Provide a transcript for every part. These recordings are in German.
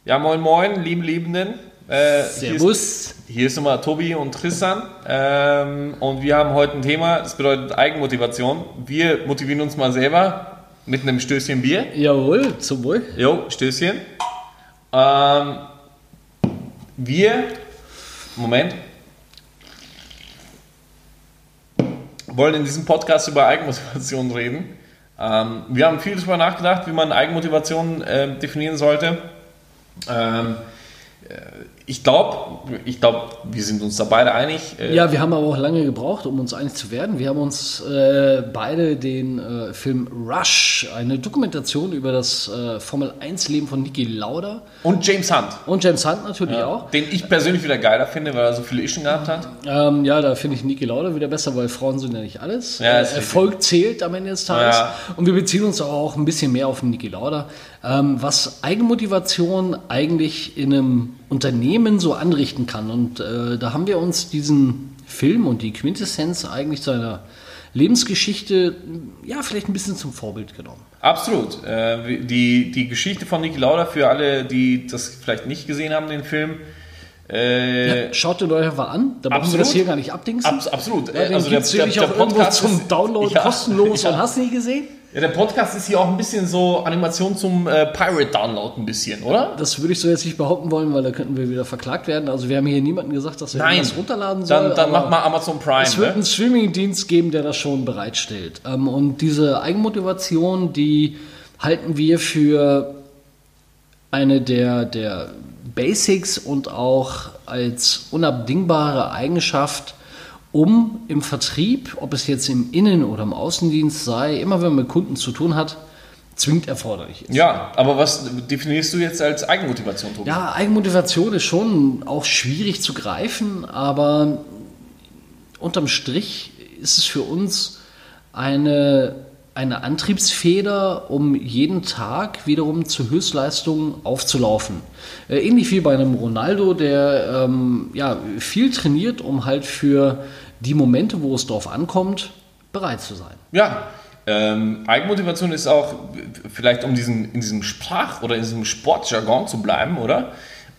Ja, moin moin, lieben Liebenden. Servus. Hier ist nochmal Tobi und Tristan. Und wir haben heute ein Thema, das bedeutet Eigenmotivation. Wir motivieren uns mal selber mit einem Stößchen Bier. Jawohl, zum Wohl. Jo, Stößchen. Moment. Wollen in diesem Podcast über Eigenmotivation reden. Wir haben viel darüber nachgedacht, wie man Eigenmotivation definieren sollte. Ich glaube, wir sind uns da beide einig. Ja, wir haben aber auch lange gebraucht, um uns einig zu werden. Wir haben uns beide den Film Rush, eine Dokumentation über das Formel-1-Leben von Niki Lauda. Und James Hunt. Und James Hunt natürlich auch. Den ich persönlich wieder geiler finde, weil er so viele Ischen gehabt hat. Ja, da finde ich Niki Lauda wieder besser, weil Frauen sind ja nicht alles. Ja, Erfolg zählt am Ende des Tages. Ja. Und wir beziehen uns auch ein bisschen mehr auf Niki Lauda. Was Eigenmotivation eigentlich in einem Unternehmen so anrichten kann. Und da haben wir uns diesen Film und die Quintessenz eigentlich seiner Lebensgeschichte ja vielleicht ein bisschen zum Vorbild genommen. Absolut. Die Geschichte von Niki Lauda, für alle, die das vielleicht nicht gesehen haben, den Film. Ja, schaut den euch einfach an, da brauchen wir das hier gar nicht abdingsen. Absolut. Ja, den gibt es wirklich auch irgendwo zum Download kostenlos und hast du nie gesehen? Ja, der Podcast ist hier auch ein bisschen so Animation zum Pirate-Download ein bisschen, oder? Das würde ich so jetzt nicht behaupten wollen, weil da könnten wir wieder verklagt werden. Also wir haben hier niemandem gesagt, dass er irgendwas runterladen soll. Dann mach mal Amazon Prime. Es wird einen Streaming-Dienst geben, der das schon bereitstellt. Und diese Eigenmotivation, die halten wir für eine der Basics und auch als unabdingbare Eigenschaft, um im Vertrieb, ob es jetzt im Innen- oder im Außendienst sei, immer wenn man mit Kunden zu tun hat, zwingend erforderlich ist. Ja, aber was definierst du jetzt als Eigenmotivation, Tobi? Ja, Eigenmotivation ist schon auch schwierig zu greifen, aber unterm Strich ist es für uns eine Antriebsfeder, um jeden Tag wiederum zur Höchstleistung aufzulaufen. Ähnlich wie bei einem Ronaldo, der viel trainiert, um halt für die Momente, wo es drauf ankommt, bereit zu sein. Ja, Eigenmotivation ist auch, vielleicht in diesem Sprach- oder in diesem Sportjargon zu bleiben, oder?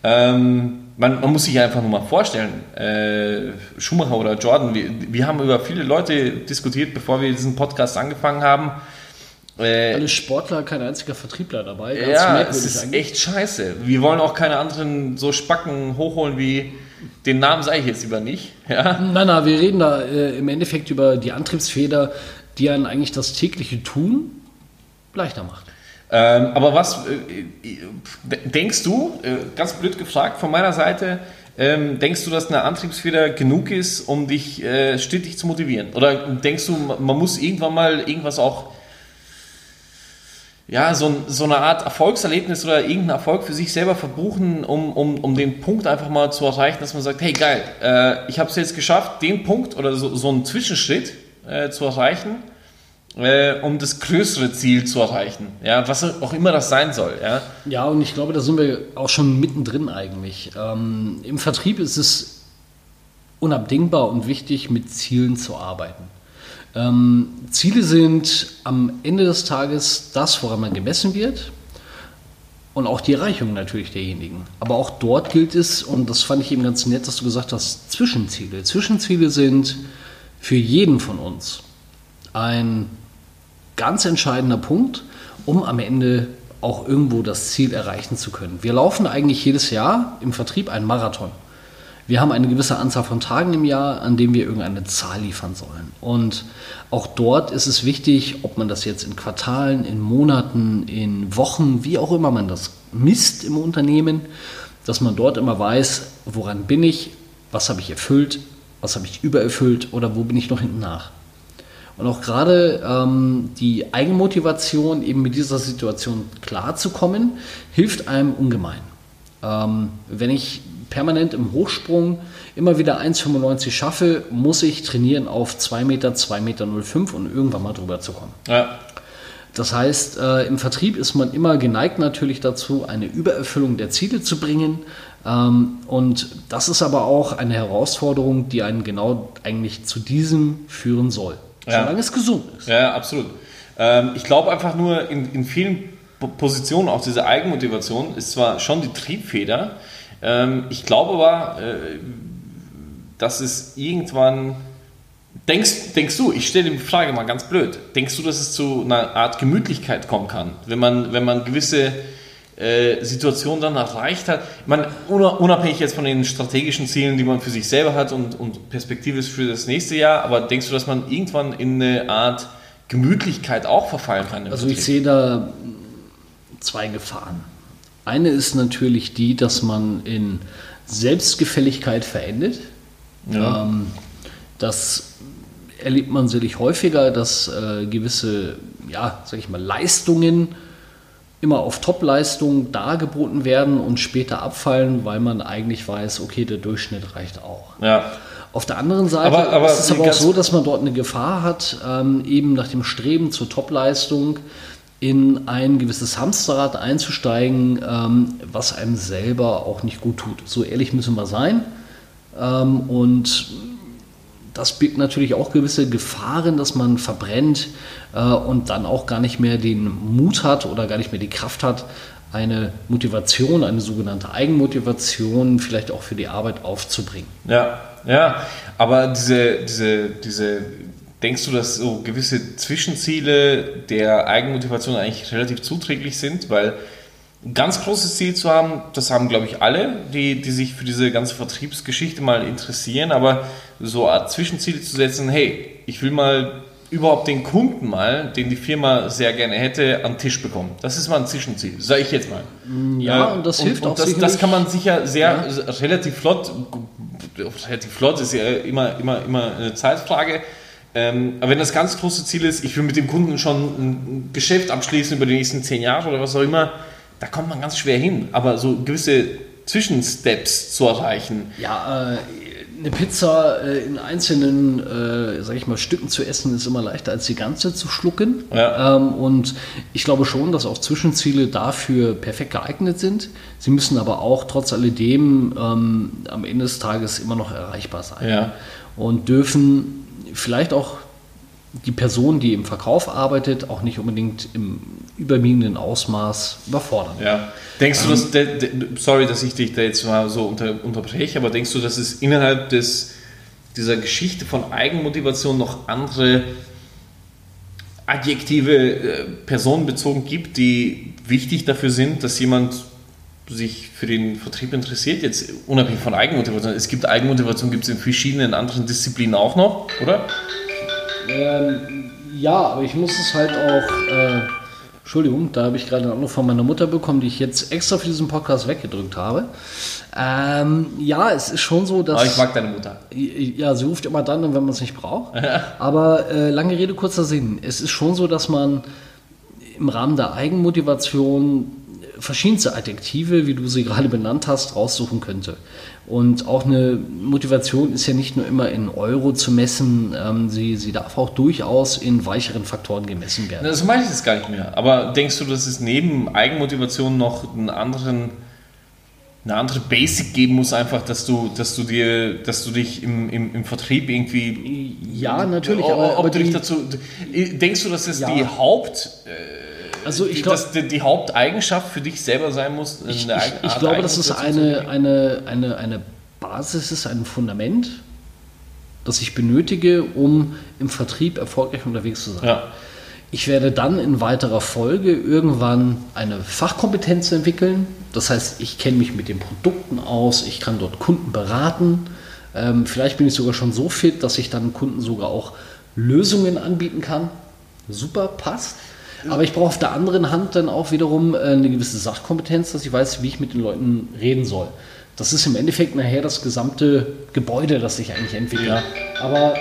Man muss sich einfach nur mal vorstellen, Schumacher oder Jordan, wir haben über viele Leute diskutiert, bevor wir diesen Podcast angefangen haben. Alle Sportler, kein einziger Vertriebler dabei. Ganz ja, es ist eigentlich echt scheiße. Wir wollen auch keine anderen so Spacken hochholen wie, den Namen sage ich jetzt lieber nicht. Ja? Nein, wir reden da im Endeffekt über die Antriebsfeder, die einen eigentlich das tägliche Tun leichter macht. Aber was denkst du, ganz blöd gefragt von meiner Seite, denkst du, dass eine Antriebsfeder genug ist, um dich stetig zu motivieren? Oder denkst du, man muss irgendwann mal irgendwas auch, ja, so eine Art Erfolgserlebnis oder irgendeinen Erfolg für sich selber verbuchen, um den Punkt einfach mal zu erreichen, dass man sagt, hey geil, ich habe es jetzt geschafft, den Punkt oder so einen Zwischenschritt zu erreichen, um das größere Ziel zu erreichen, ja, was auch immer das sein soll. Ja, und ich glaube, da sind wir auch schon mittendrin eigentlich. Im Vertrieb ist es unabdingbar und wichtig, mit Zielen zu arbeiten. Ziele sind am Ende des Tages das, woran man gemessen wird, und auch die Erreichung natürlich derjenigen. Aber auch dort gilt es, und das fand ich eben ganz nett, dass du gesagt hast, Zwischenziele. Zwischenziele sind für jeden von uns ein ganz entscheidender Punkt, um am Ende auch irgendwo das Ziel erreichen zu können. Wir laufen eigentlich jedes Jahr im Vertrieb einen Marathon. Wir haben eine gewisse Anzahl von Tagen im Jahr, an denen wir irgendeine Zahl liefern sollen. Und auch dort ist es wichtig, ob man das jetzt in Quartalen, in Monaten, in Wochen, wie auch immer man das misst im Unternehmen, dass man dort immer weiß, woran bin ich, was habe ich erfüllt, was habe ich übererfüllt oder wo bin ich noch hinten nach. Und auch gerade die Eigenmotivation, eben mit dieser Situation klarzukommen, hilft einem ungemein. Wenn ich permanent im Hochsprung immer wieder 1,95 schaffe, muss ich trainieren auf 2 Meter, 2,05 Meter und irgendwann mal drüber zu kommen. Ja. Das heißt, im Vertrieb ist man immer geneigt natürlich dazu, eine Übererfüllung der Ziele zu bringen. Und das ist aber auch eine Herausforderung, die einen genau eigentlich zu diesem führen soll. Ja. Solange es gesund ist. Ja, absolut. Ich glaube einfach nur, in vielen Position, auch diese Eigenmotivation, ist zwar schon die Triebfeder, ich glaube aber, dass es irgendwann, denkst du, ich stelle die Frage mal ganz blöd, denkst du, dass es zu einer Art Gemütlichkeit kommen kann, wenn man gewisse Situationen dann erreicht hat? Ich meine, unabhängig jetzt von den strategischen Zielen, die man für sich selber hat und perspektivisch für das nächste Jahr, aber denkst du, dass man irgendwann in eine Art Gemütlichkeit auch verfallen kann? Also ich sehe da zwei Gefahren. Eine ist natürlich die, dass man in Selbstgefälligkeit verendet. Ja. Das erlebt man sicherlich häufiger, dass gewisse, sag ich mal, Leistungen immer auf Top-Leistung dargeboten werden und später abfallen, weil man eigentlich weiß, okay, der Durchschnitt reicht auch. Ja. Auf der anderen Seite ist es aber auch so, dass man dort eine Gefahr hat, eben nach dem Streben zur Top-Leistung in ein gewisses Hamsterrad einzusteigen, was einem selber auch nicht gut tut. So ehrlich müssen wir sein. Und das birgt natürlich auch gewisse Gefahren, dass man verbrennt und dann auch gar nicht mehr den Mut hat oder gar nicht mehr die Kraft hat, eine Motivation, eine sogenannte Eigenmotivation vielleicht auch für die Arbeit aufzubringen. Ja, aber diese denkst du, dass so gewisse Zwischenziele der Eigenmotivation eigentlich relativ zuträglich sind? Weil ein ganz großes Ziel zu haben, das haben, glaube ich, alle, die sich für diese ganze Vertriebsgeschichte mal interessieren, aber so eine Art Zwischenziele zu setzen, hey, ich will mal überhaupt den Kunden mal, den die Firma sehr gerne hätte, an den Tisch bekommen. Das ist mal ein Zwischenziel, sage ich jetzt mal. Ja, und das hilft auch sicherlich. Das kann man sicher relativ flott ist ja immer eine Zeitfrage. Aber wenn das ganz große Ziel ist, ich will mit dem Kunden schon ein Geschäft abschließen über die nächsten 10 Jahre oder was auch immer, da kommt man ganz schwer hin. Aber so gewisse Zwischensteps zu erreichen. Ja, eine Pizza in einzelnen, sag ich mal, Stücken zu essen, ist immer leichter als die ganze zu schlucken. Ja. Und ich glaube schon, dass auch Zwischenziele dafür perfekt geeignet sind. Sie müssen aber auch trotz alledem am Ende des Tages immer noch erreichbar sein. Ja. Und dürfen vielleicht auch die Person, die im Verkauf arbeitet, auch nicht unbedingt im überwiegenden Ausmaß überfordern. Ja. Denkst du, dass, sorry, dass ich dich da jetzt mal so unterbreche, aber denkst du, dass es innerhalb dieser Geschichte von Eigenmotivation noch andere Adjektive personenbezogen gibt, die wichtig dafür sind, dass jemand sich für den Vertrieb interessiert, jetzt unabhängig von Eigenmotivation? Es gibt Eigenmotivation, gibt es in verschiedenen anderen Disziplinen auch noch, oder? Ja, aber ich muss es halt auch, Entschuldigung, da habe ich gerade einen Anruf von meiner Mutter bekommen, die ich jetzt extra für diesen Podcast weggedrückt habe. Ja, es ist schon so, dass... Aber ich mag deine Mutter. Ja, sie ruft immer dann, wenn man es nicht braucht. Aber lange Rede, kurzer Sinn. Es ist schon so, dass man im Rahmen der Eigenmotivation verschiedenste Adjektive, wie du sie gerade benannt hast, raussuchen könnte. Und auch eine Motivation ist ja nicht nur immer in Euro zu messen, sie darf auch durchaus in weicheren Faktoren gemessen werden. Das meine ich jetzt gar nicht mehr. Aber denkst du, dass es neben Eigenmotivation noch eine andere Basic geben muss, einfach, dass du dich im Vertrieb irgendwie... Ja, natürlich. Aber du dich dazu... Denkst du, dass es die Also ich glaube, dass die Haupteigenschaft für dich selber sein muss? Ich glaube, dass es eine Basis ist, ein Fundament, das ich benötige, um im Vertrieb erfolgreich unterwegs zu sein. Ja. Ich werde dann in weiterer Folge irgendwann eine Fachkompetenz entwickeln. Das heißt, ich kenne mich mit den Produkten aus, ich kann dort Kunden beraten. Vielleicht bin ich sogar schon so fit, dass ich dann Kunden sogar auch Lösungen anbieten kann. Super, passt. Aber ich brauche auf der anderen Hand dann auch wiederum eine gewisse Sachkompetenz, dass ich weiß, wie ich mit den Leuten reden soll. Das ist im Endeffekt nachher das gesamte Gebäude, das sich eigentlich entwickelt. Ja. Aber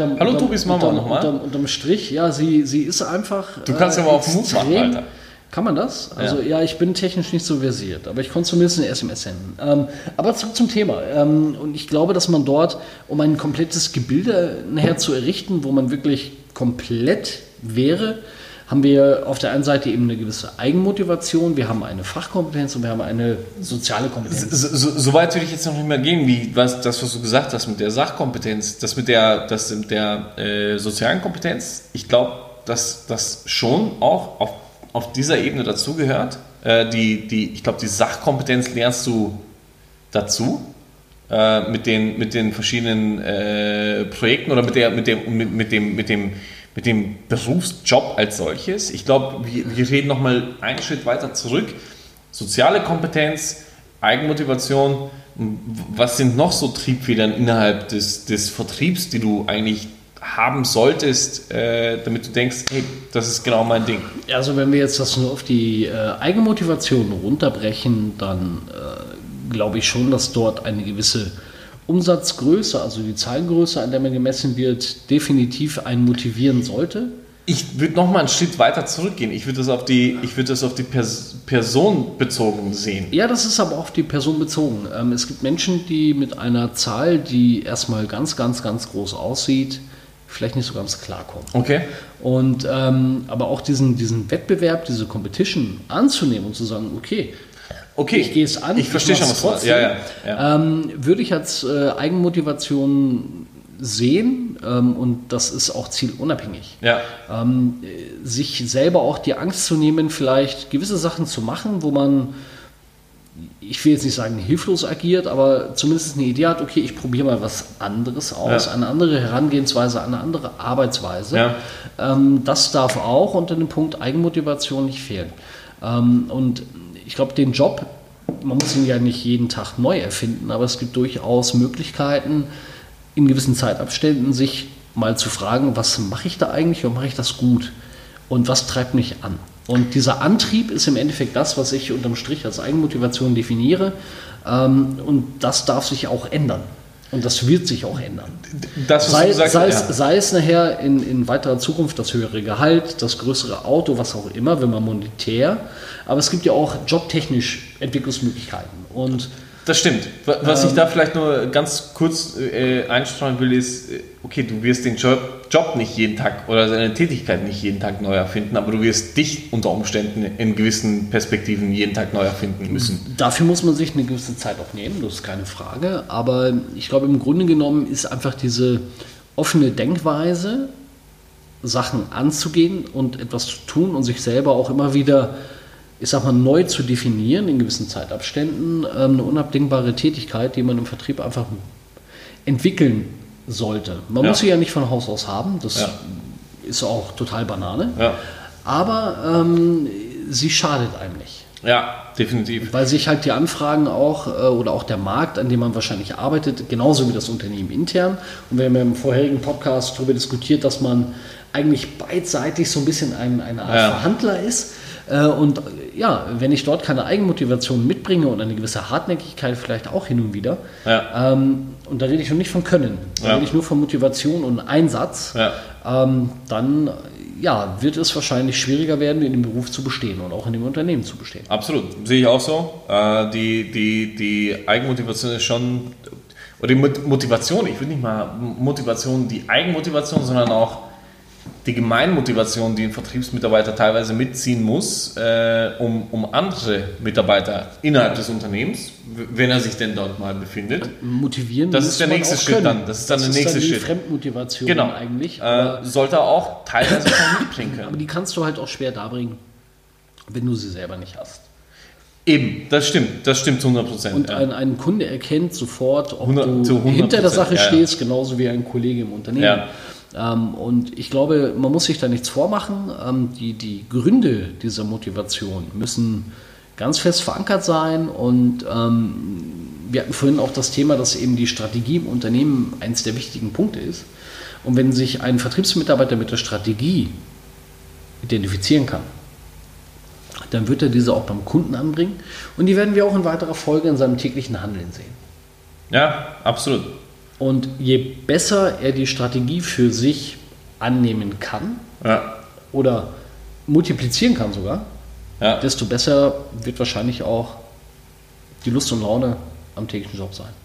unterm Strich, ja, sie ist einfach. Du kannst aber auf Mut machen, Alter. Kann man das? Also ja, ich bin technisch nicht so versiert, aber ich konnte zumindest eine SMS senden. Aber zurück zum Thema. Und ich glaube, dass man dort, um ein komplettes Gebilde nachher zu errichten, wo man wirklich komplett wäre, haben wir auf der einen Seite eben eine gewisse Eigenmotivation, wir haben eine Fachkompetenz und wir haben eine soziale Kompetenz. So weit würde ich jetzt noch nicht mehr gehen, wie was du gesagt hast mit der Sachkompetenz, das mit der sozialen Kompetenz. Ich glaube, dass das schon auch auf dieser Ebene dazugehört. Ich glaube, die Sachkompetenz lernst du dazu mit den verschiedenen Projekten oder mit dem Berufsjob als solches. Ich glaube, wir reden nochmal einen Schritt weiter zurück. Soziale Kompetenz, Eigenmotivation. Was sind noch so Triebfedern innerhalb des Vertriebs, die du eigentlich haben solltest, damit du denkst, hey, das ist genau mein Ding? Also wenn wir jetzt das nur auf die Eigenmotivation runterbrechen, dann glaube ich schon, dass dort eine gewisse Umsatzgröße, also die Zahlengröße, an der man gemessen wird, definitiv einen motivieren sollte. Ich würde noch mal einen Schritt weiter zurückgehen. Ich würde das auf die Person bezogen sehen. Ja, das ist aber auf die Person bezogen. Es gibt Menschen, die mit einer Zahl, die erstmal ganz, ganz, ganz groß aussieht, vielleicht nicht so ganz klarkommen. Okay. Und aber auch diesen Wettbewerb, diese Competition anzunehmen und zu sagen, okay, ich gehe es an. Ich verstehe schon, was du sagst. Würde ich als Eigenmotivation sehen, und das ist auch zielunabhängig. Ja. Sich selber auch die Angst zu nehmen, vielleicht gewisse Sachen zu machen, wo man, ich will jetzt nicht sagen hilflos agiert, aber zumindest eine Idee hat, okay, ich probiere mal was anderes aus, eine andere Herangehensweise, eine andere Arbeitsweise. Ja. Das darf auch unter dem Punkt Eigenmotivation nicht fehlen. Und ich glaube, den Job, man muss ihn ja nicht jeden Tag neu erfinden, aber es gibt durchaus Möglichkeiten, in gewissen Zeitabständen sich mal zu fragen, was mache ich da eigentlich und mache ich das gut? Und was treibt mich an? Und dieser Antrieb ist im Endeffekt das, was ich unterm Strich als Eigenmotivation definiere. Und das darf sich auch ändern. Und das wird sich auch ändern. Sei es nachher in weiterer Zukunft das höhere Gehalt, das größere Auto, was auch immer, wenn man monetär. Aber es gibt ja auch jobtechnisch Entwicklungsmöglichkeiten. Und das stimmt. Was ich da vielleicht nur ganz kurz einstreuen will, ist, okay, du wirst den Job nicht jeden Tag oder deine Tätigkeit nicht jeden Tag neu erfinden, aber du wirst dich unter Umständen in gewissen Perspektiven jeden Tag neu erfinden müssen. Dafür muss man sich eine gewisse Zeit auch nehmen, das ist keine Frage. Aber ich glaube, im Grunde genommen ist einfach diese offene Denkweise, Sachen anzugehen und etwas zu tun und sich selber auch immer wieder, ich sag mal, neu zu definieren in gewissen Zeitabständen, eine unabdingbare Tätigkeit, die man im Vertrieb einfach entwickeln sollte. Man muss sie ja nicht von Haus aus haben, das ist auch total Banane, aber sie schadet einem nicht. Ja, definitiv. Weil sich halt die Anfragen auch oder auch der Markt, an dem man wahrscheinlich arbeitet, genauso wie das Unternehmen intern. Und wir haben ja im vorherigen Podcast darüber diskutiert, dass man eigentlich beidseitig so ein bisschen eine Art Verhandler ist. Und ja, wenn ich dort keine Eigenmotivation mitbringe und eine gewisse Hartnäckigkeit vielleicht auch hin und wieder, und da rede ich noch nicht von Können, da rede ich nur von Motivation und Einsatz, dann wird es wahrscheinlich schwieriger werden, in dem Beruf zu bestehen und auch in dem Unternehmen zu bestehen. Absolut, sehe ich auch so. Die Eigenmotivation ist schon, oder die Motivation, ich würde nicht mal Motivation, die Eigenmotivation, sondern auch die Gemeinmotivation, die ein Vertriebsmitarbeiter teilweise mitziehen muss, um andere Mitarbeiter innerhalb des Unternehmens, wenn er sich denn dort mal befindet. Motivieren. Das ist der nächste Schritt dann. Das ist dann der nächste Schritt. Fremdmotivation eigentlich. Sollte er auch teilweise schon mitbringen können. Aber die kannst du halt auch schwer darbringen, wenn du sie selber nicht hast. Eben, das stimmt zu 100%. Und ein Kunde erkennt sofort, ob du hinter der Sache stehst, genauso wie ein Kollege im Unternehmen. Ja. Und ich glaube, man muss sich da nichts vormachen. Die Gründe dieser Motivation müssen ganz fest verankert sein. Und wir hatten vorhin auch das Thema, dass eben die Strategie im Unternehmen eines der wichtigen Punkte ist. Und wenn sich ein Vertriebsmitarbeiter mit der Strategie identifizieren kann, dann wird er diese auch beim Kunden anbringen. Und die werden wir auch in weiterer Folge in seinem täglichen Handeln sehen. Ja, absolut. Und je besser er die Strategie für sich annehmen kann oder multiplizieren kann sogar, desto besser wird wahrscheinlich auch die Lust und Laune am täglichen Job sein.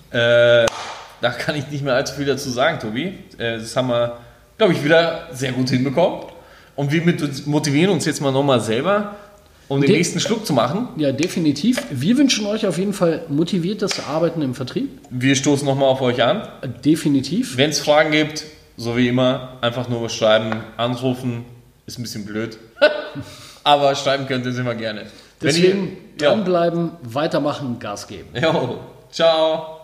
Da kann ich nicht mehr allzu viel dazu sagen, Tobi. Das haben wir, glaube ich, wieder sehr gut hinbekommen. Und wir motivieren uns jetzt mal nochmal selber, um den nächsten Schluck zu machen. Ja, definitiv. Wir wünschen euch auf jeden Fall motiviertes Arbeiten im Vertrieb. Wir stoßen nochmal auf euch an. Definitiv. Wenn es Fragen gibt, so wie immer, einfach nur was schreiben, anrufen. Ist ein bisschen blöd. aber schreiben könnt ihr es immer gerne. Deswegen dranbleiben, weitermachen, Gas geben. Jo, ciao.